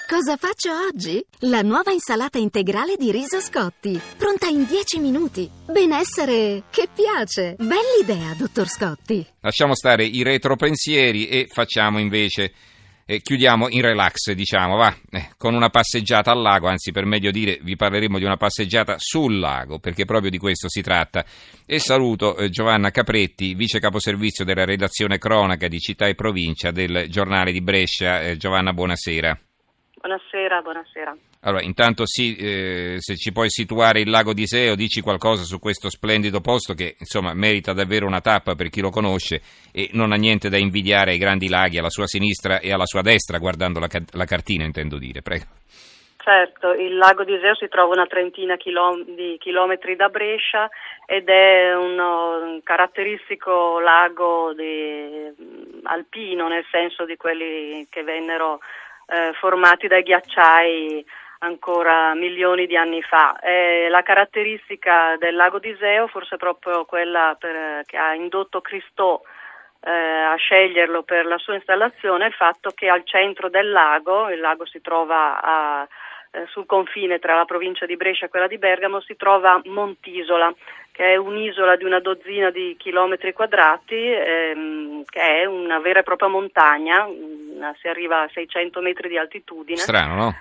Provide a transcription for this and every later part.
Cosa faccio oggi? La nuova insalata integrale di riso Scotti, pronta in 10 minuti. Benessere che piace. Bell'idea, dottor Scotti. Lasciamo stare i retropensieri e facciamo invece, chiudiamo in relax, diciamo, con una passeggiata al lago, anzi per meglio dire vi parleremo di una passeggiata sul lago, perché proprio di questo si tratta. E saluto Giovanna Capretti, vice caposervizio della redazione cronaca di Città e Provincia del Giornale di Brescia. Giovanna, buonasera. Buonasera. Allora, intanto se ci puoi situare il lago d'Iseo, dici qualcosa su questo splendido posto che, insomma, merita davvero una tappa per chi lo conosce e non ha niente da invidiare ai grandi laghi alla sua sinistra e alla sua destra, guardando la cartina, intendo dire. Prego. Certo, il lago d'Iseo si trova una trentina di chilometri da Brescia ed è un caratteristico lago alpino, nel senso di quelli che vennero formati dai ghiacciai ancora milioni di anni fa. La caratteristica del lago d'Iseo forse è proprio quella che ha indotto Christo a sceglierlo per la sua installazione, il fatto che al centro del lago, il lago si trova sul confine tra la provincia di Brescia e quella di Bergamo, si trova Montisola, che è un'isola di una dozzina di chilometri quadrati, che è una vera e propria montagna, si arriva a 600 metri di altitudine. Strano, no?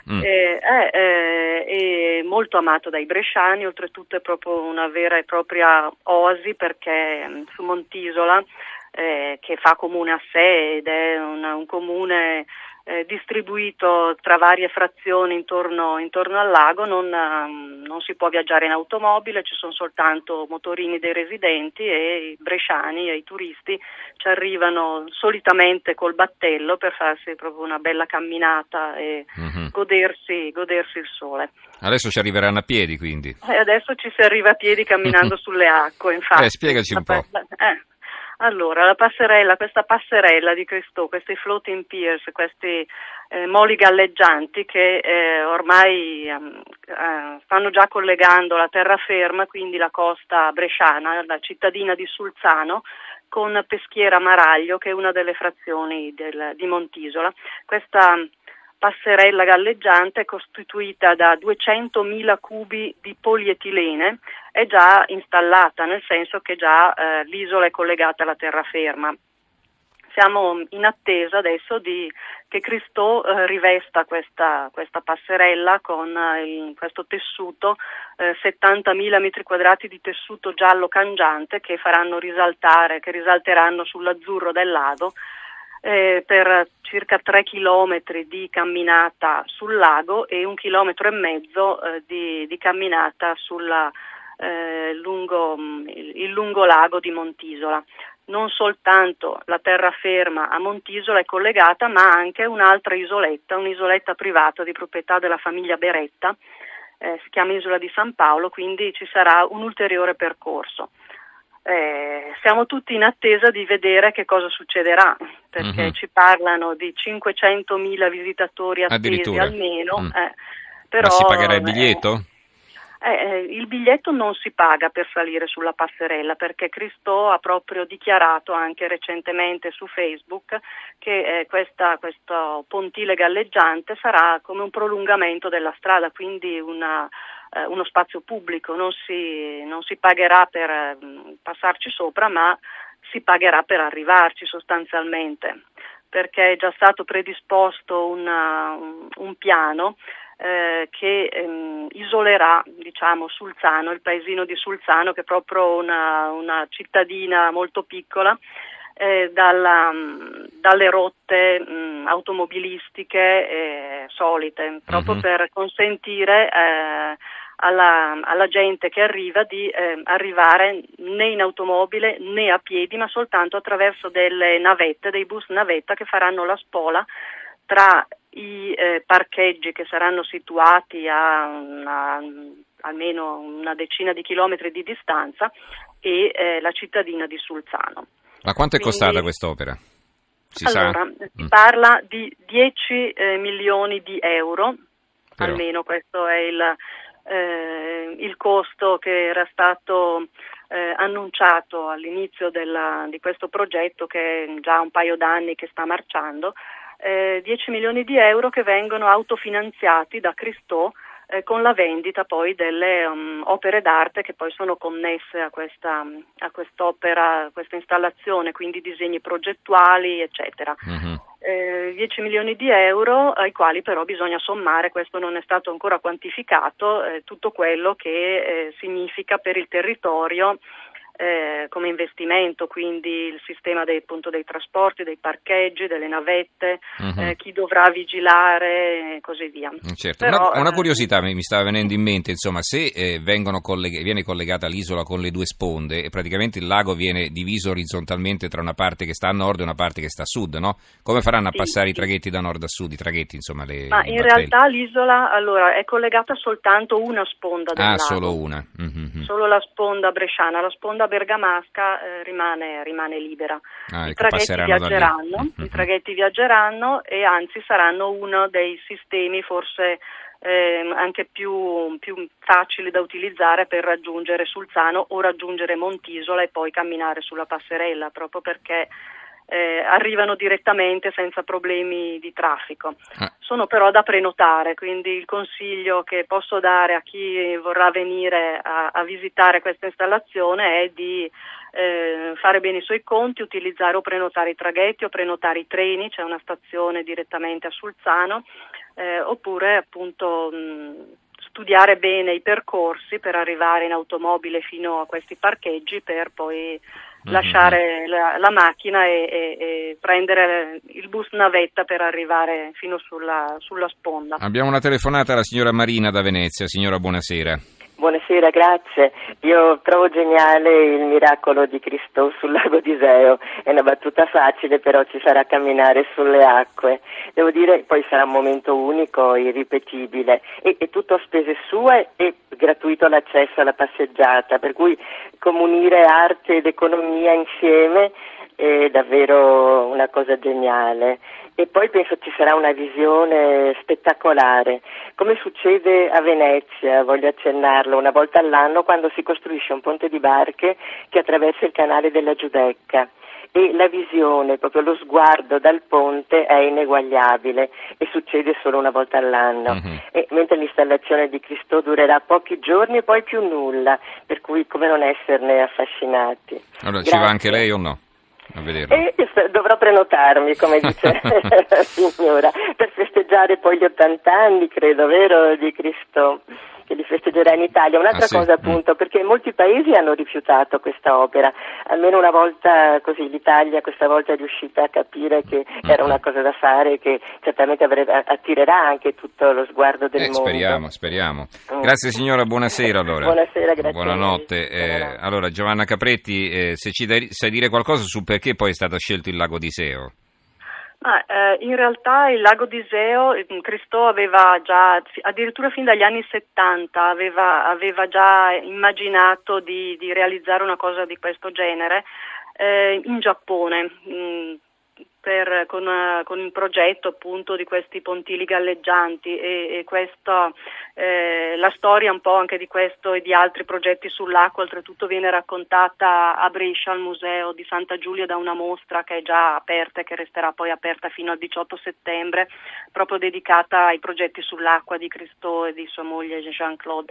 È molto amato dai bresciani, oltretutto è proprio una vera e propria oasi, perché su Montisola, che fa comune a sé ed è un comune distribuito tra varie frazioni intorno al lago, non si può viaggiare in automobile, ci sono soltanto motorini dei residenti e i bresciani e i turisti ci arrivano solitamente col battello per farsi proprio una bella camminata e godersi il sole. Adesso ci arriveranno a piedi, quindi. Adesso ci si arriva a piedi camminando sulle acque, infatti. Spiegaci un po'. Allora, questa passerella di Christo, questi floating piers, questi moli galleggianti che ormai stanno già collegando la terraferma, quindi la costa bresciana, la cittadina di Sulzano, con Peschiera Maraglio, che è una delle frazioni di Montisola. Questa passerella galleggiante è costituita da 200.000 cubi di polietilene, è già installata, nel senso che già l'isola è collegata alla terraferma. Siamo in attesa adesso che Christo rivesta questa passerella con questo tessuto, 70.000 metri quadrati di tessuto giallo cangiante che risalteranno sull'azzurro del lago, per circa 3 chilometri di camminata sul lago e 1,5 chilometri di camminata lungo il lungolago di Montisola. Non soltanto la terraferma a Montisola è collegata, ma anche un'altra un'isoletta privata di proprietà della famiglia Beretta, si chiama Isola di San Paolo, quindi ci sarà un ulteriore percorso. Siamo tutti in attesa di vedere che cosa succederà, perché ci parlano di 500.000 visitatori attesi almeno. Però, ma si pagherà il biglietto? Il biglietto non si paga per salire sulla passerella, perché Christo ha proprio dichiarato anche recentemente su Facebook che questo pontile galleggiante sarà come un prolungamento della strada, quindi uno spazio pubblico, non si pagherà per passarci sopra, ma si pagherà per arrivarci sostanzialmente, perché è già stato predisposto un piano che isolerà, diciamo, Sulzano, il paesino di Sulzano, che è proprio una cittadina molto piccola, dalle rotte automobilistiche solite, proprio per consentire alla gente che arriva di arrivare né in automobile né a piedi, ma soltanto attraverso dei bus navetta che faranno la spola tra i parcheggi che saranno situati a almeno una decina di chilometri di distanza e la cittadina di Sulzano. Ma quanto è costata quest'opera? Si parla di 10 milioni di euro, però. Almeno questo è il costo che era stato annunciato all'inizio di questo progetto, che è già un paio d'anni che sta marciando. 10 milioni di euro che vengono autofinanziati da Christo con la vendita poi delle opere d'arte che poi sono connesse a quest'opera, a questa installazione, quindi disegni progettuali, eccetera. 10 milioni di euro ai quali però bisogna sommare, questo non è stato ancora quantificato, tutto quello che significa per il territorio come investimento, quindi il sistema dei trasporti, dei parcheggi, delle navette, chi dovrà vigilare e così via. Certo. Però, una curiosità mi stava venendo in mente, insomma, se viene collegata l'isola con le due sponde e praticamente il lago viene diviso orizzontalmente tra una parte che sta a nord e una parte che sta a sud, no? Come faranno a passare i traghetti da nord a sud, i traghetti, insomma, Ma in realtà l'isola è collegata soltanto una sponda del lago. Solo una. Solo la sponda bresciana, la sponda bergamasca rimane libera. I traghetti viaggeranno e anzi saranno uno dei sistemi forse anche più facili da utilizzare per raggiungere Sulzano o raggiungere Montisola e poi camminare sulla passerella, proprio perché arrivano direttamente senza problemi di traffico. Sono però da prenotare, quindi il consiglio che posso dare a chi vorrà venire a visitare questa installazione è di fare bene i suoi conti, utilizzare o prenotare i traghetti o prenotare i treni, c'è una stazione direttamente a Sulzano, oppure appunto studiare bene i percorsi per arrivare in automobile fino a questi parcheggi per poi lasciare la macchina e prendere il bus navetta per arrivare fino sulla sponda. Abbiamo una telefonata alla signora Marina da Venezia. Signora, buonasera. Buonasera, grazie. Io trovo geniale il miracolo di Cristo sul lago di Iseo. È una battuta facile, però ci farà camminare sulle acque. Devo dire, poi sarà un momento unico, irripetibile. E tutto a spese sue e gratuito l'accesso alla passeggiata, per cui comunire arte ed economia insieme è davvero una cosa geniale. E poi penso ci sarà una visione spettacolare, come succede a Venezia, voglio accennarlo, una volta all'anno quando si costruisce un ponte di barche che attraversa il canale della Giudecca. E la visione, proprio lo sguardo dal ponte è ineguagliabile e succede solo una volta all'anno. E mentre l'installazione di Cristo durerà pochi giorni e poi più nulla, per cui come non esserne affascinati. Allora, Grazie. ci va anche lei o no? A vederlo. Dovrò prenotarmi, come dice la signora, per festeggiare poi gli 80 anni, credo, vero, di Cristo, che li festeggerà in Italia. Un'altra cosa appunto, perché molti paesi hanno rifiutato questa opera, almeno una volta così l'Italia questa volta è riuscita a capire che era una cosa da fare, che certamente attirerà anche tutto lo sguardo del mondo. Speriamo. Grazie signora, buonasera allora. Buonasera, grazie. Buonanotte. Buonanotte. Allora Giovanna Capretti, se ci sai dire qualcosa su perché poi è stato scelto il lago di Iseo? In realtà il lago di Iseo, Cristo aveva già, addirittura fin dagli anni 70, aveva già immaginato di realizzare una cosa di questo genere in Giappone, con il progetto appunto di questi pontili galleggianti e questa la storia un po' anche di questo e di altri progetti sull'acqua oltretutto viene raccontata a Brescia al Museo di Santa Giulia da una mostra che è già aperta e che resterà poi aperta fino al 18 settembre proprio dedicata ai progetti sull'acqua di Cristo e di sua moglie Jean-Claude.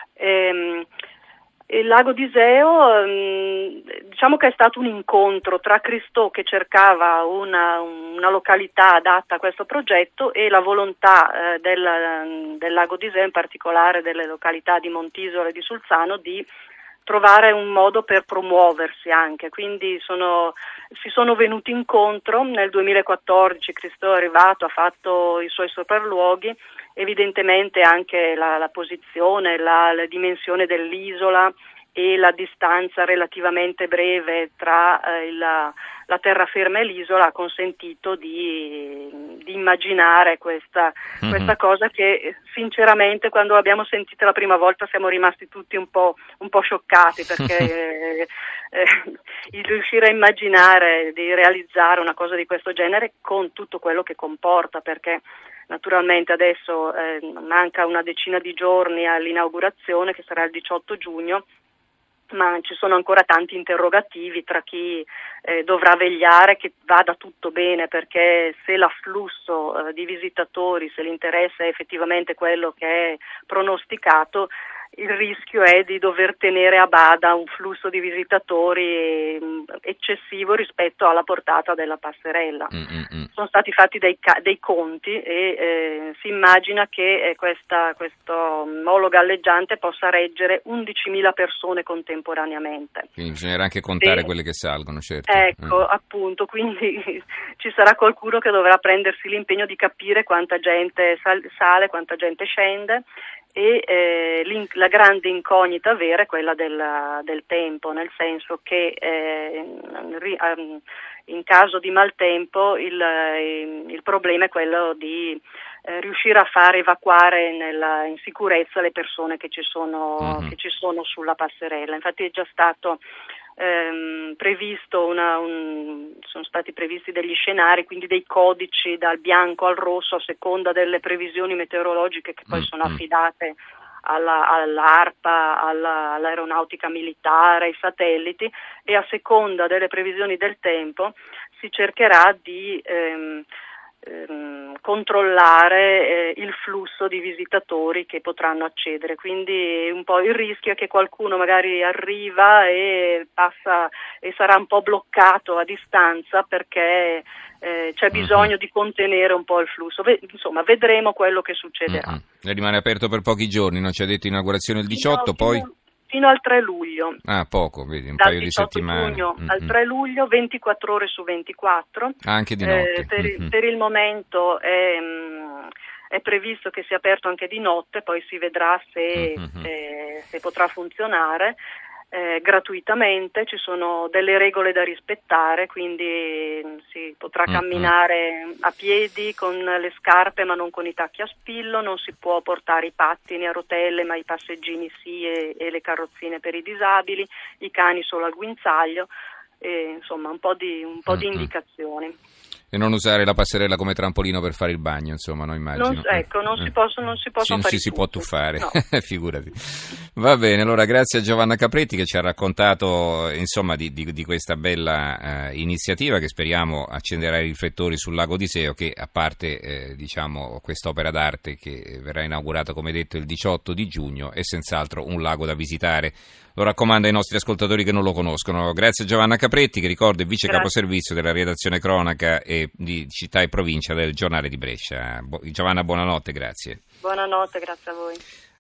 Il lago di Iseo diciamo che è stato un incontro tra Cristo che cercava una località adatta a questo progetto e la volontà del lago di Iseo, in particolare delle località di Montisola e di Sulzano, di trovare un modo per promuoversi anche, quindi si sono venuti incontro. Nel 2014 Cristo è arrivato, ha fatto i suoi sopralluoghi, evidentemente anche la posizione, la dimensione dell'isola e la distanza relativamente breve tra la terraferma e l'isola ha consentito di immaginare questa cosa che sinceramente quando l'abbiamo sentita la prima volta siamo rimasti tutti un po' scioccati perché il riuscire a immaginare di realizzare una cosa di questo genere con tutto quello che comporta, perché naturalmente adesso manca una decina di giorni all'inaugurazione che sarà il 18 giugno ma ci sono ancora tanti interrogativi tra chi dovrà vegliare che vada tutto bene, perché se l'afflusso di visitatori, se l'interesse è effettivamente quello che è pronosticato, il rischio è di dover tenere a bada un flusso di visitatori eccessivo rispetto alla portata della passerella. Sono stati fatti dei conti e si immagina che questo molo galleggiante possa reggere 11.000 persone contemporaneamente. Quindi bisognerà anche contare quelle che salgono, certo. Ecco, appunto, quindi ci sarà qualcuno che dovrà prendersi l'impegno di capire quanta gente sale, quanta gente scende. E la grande incognita vera è quella del tempo, nel senso che in caso di maltempo il problema è quello di riuscire a far evacuare in sicurezza le persone che ci sono sulla passerella. Infatti è già stato previsto sono stati previsti degli scenari, quindi dei codici dal bianco al rosso a seconda delle previsioni meteorologiche che poi sono affidate all'ARPA, all'aeronautica militare, ai satelliti, e a seconda delle previsioni del tempo si cercherà di controllare il flusso di visitatori che potranno accedere. Quindi un po' il rischio è che qualcuno magari arriva e passa e sarà un po' bloccato a distanza perché c'è bisogno di contenere un po' il flusso. Insomma, vedremo quello che succederà. Rimane aperto per pochi giorni, non ci ha detto inaugurazione il 18, poi? Fino al 3 luglio. Ah, poco, vedi, un paio di settimane. Dal 18 giugno al 3 luglio, 24 ore su 24. Anche di notte. Per il momento è previsto che sia aperto anche di notte, poi si vedrà se potrà funzionare. Gratuitamente, ci sono delle regole da rispettare, quindi si potrà camminare a piedi con le scarpe ma non con i tacchi a spillo, non si può portare i pattini a rotelle ma i passeggini sì e le carrozzine per i disabili, i cani solo al guinzaglio, insomma un po' di indicazioni. E non usare la passerella come trampolino per fare il bagno, insomma, no, immagino. Non si possono non fare si può tuffare, no. Figurati. Va bene, allora grazie a Giovanna Capretti che ci ha raccontato, insomma, di questa bella iniziativa che speriamo accenderà i riflettori sul lago di Seo, che a parte quest'opera d'arte che verrà inaugurata, come detto, il 18 di giugno, è senz'altro un lago da visitare. Lo raccomando ai nostri ascoltatori che non lo conoscono. Grazie a Giovanna Capretti, che ricordo è vice caposervizio della redazione cronaca e di città e provincia del Giornale di Brescia. Giovanna, buonanotte, grazie. Buonanotte, grazie a voi.